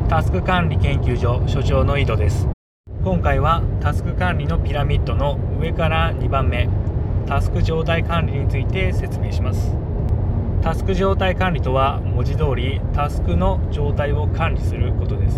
タスク管理研究所所長の井戸です。今回はタスク管理のピラミッドの上から2番目、タスク状態管理について説明します。タスク状態管理とは文字通りタスクの状態を管理することです。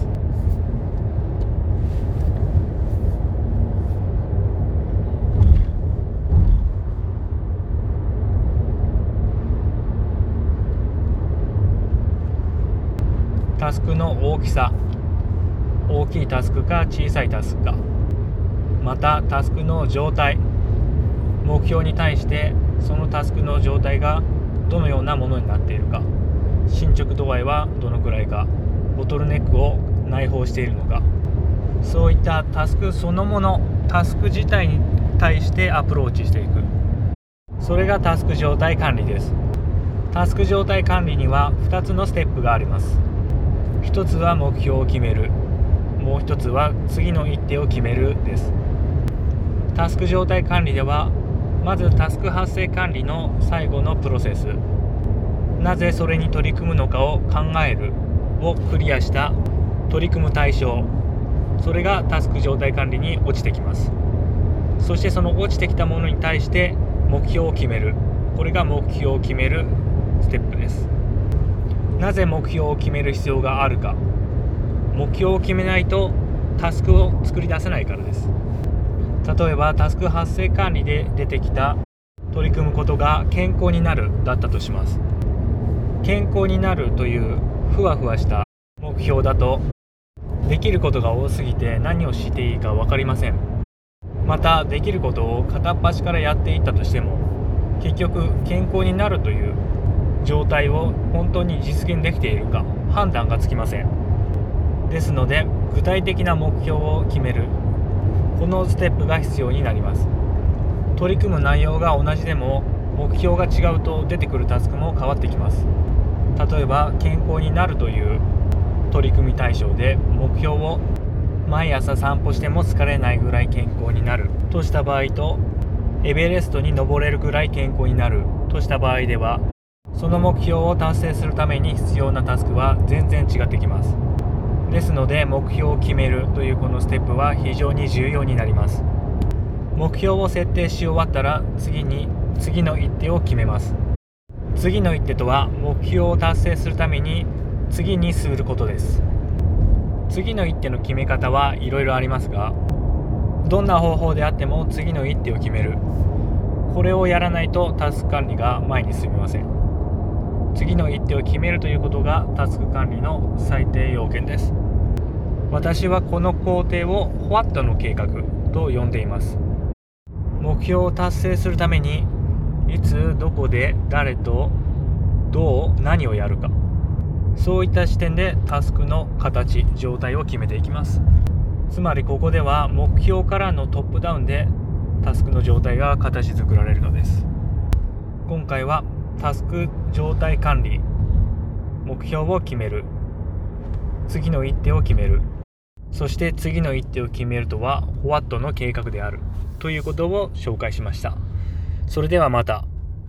タスクの大きさ、大きいタスクか小さいタスクか、またタスクの状態、目標に対してそのタスクの状態がどのようなものになっているか、進捗度合いはどのくらいか、ボトルネックを内包しているのか、そういったタスクそのもの、タスク自体に対してアプローチしていく、それがタスク状態管理です。タスク状態管理には2つのステップがあります。一つは目標を決める、もう一つは次の一手を決めるです。タスク状態管理ではまずタスク発生管理の最後のプロセス、なぜそれに取り組むのかを考えるをクリアした取り組む対象、それがタスク状態管理に落ちてきます。そしてその落ちてきたものに対して目標を決める、これが目標を決めるステップです。なぜ目標を決める必要があるか。目標を決めないとタスクを作り出せないからです。例えばタスク発生管理で出てきた取り組むことが健康になるだったとします。健康になるというふわふわした目標だとできることが多すぎて何をしていいか分かりません。またできることを片っ端からやっていったとしても結局健康になるという状態を本当に実現できているか判断がつきません。ですので具体的な目標を決める、このステップが必要になります。取り組む内容が同じでも目標が違うと出てくるタスクも変わってきます。例えば健康になるという取り組み対象で目標を毎朝散歩しても疲れないぐらい健康になるとした場合と、エベレストに登れるぐらい健康になるとした場合では、その目標を達成するために必要なタスクは全然違ってきます。ですので目標を決めるというこのステップは非常に重要になります。目標を設定し終わったら次の一手を決めます。次の一手とは目標を達成するために次にすることです。次の一手の決め方はいろいろありますが、どんな方法であっても次の一手を決める、これをやらないとタスク管理が前に進みません。次の一手を決めるということがタスク管理の最低要件です。私はこの工程を WHAT の計画と呼んでいます。目標を達成するためにいつどこで誰とどう何をやるか、そういった視点でタスクの形状態を決めていきます。つまりここでは目標からのトップダウンでタスクの状態が形作られるのです。今回はタスク状態管理、目標を決める、次の一手を決める、そして次の一手を決めるとは WHAT の計画であるということを紹介しました。それではまた。